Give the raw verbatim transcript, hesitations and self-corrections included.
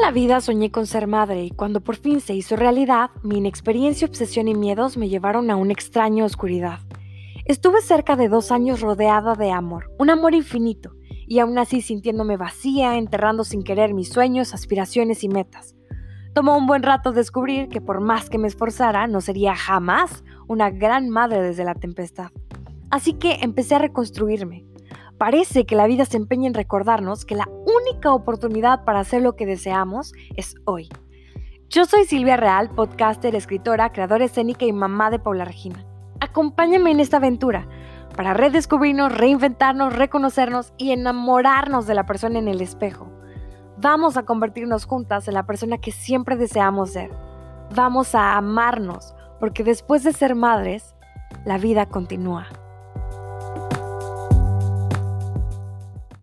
la vida soñé con ser madre y cuando por fin se hizo realidad, mi inexperiencia, obsesión y miedos me llevaron a una extraña oscuridad. Estuve cerca de dos años rodeada de amor, un amor infinito, y aún así sintiéndome vacía, enterrando sin querer mis sueños, aspiraciones y metas. Tomó un buen rato descubrir que por más que me esforzara, no sería jamás una gran madre desde la tempestad. Así que empecé a reconstruirme. Parece que la vida se empeña en recordarnos que la única oportunidad para hacer lo que deseamos es hoy. Yo soy Silvia Real, podcaster, escritora, creadora escénica y mamá de Paula Regina. Acompáñame en esta aventura para redescubrirnos, reinventarnos, reconocernos y enamorarnos de la persona en el espejo. Vamos a convertirnos juntas en la persona que siempre deseamos ser. Vamos a amarnos, porque después de ser madres, la vida continúa.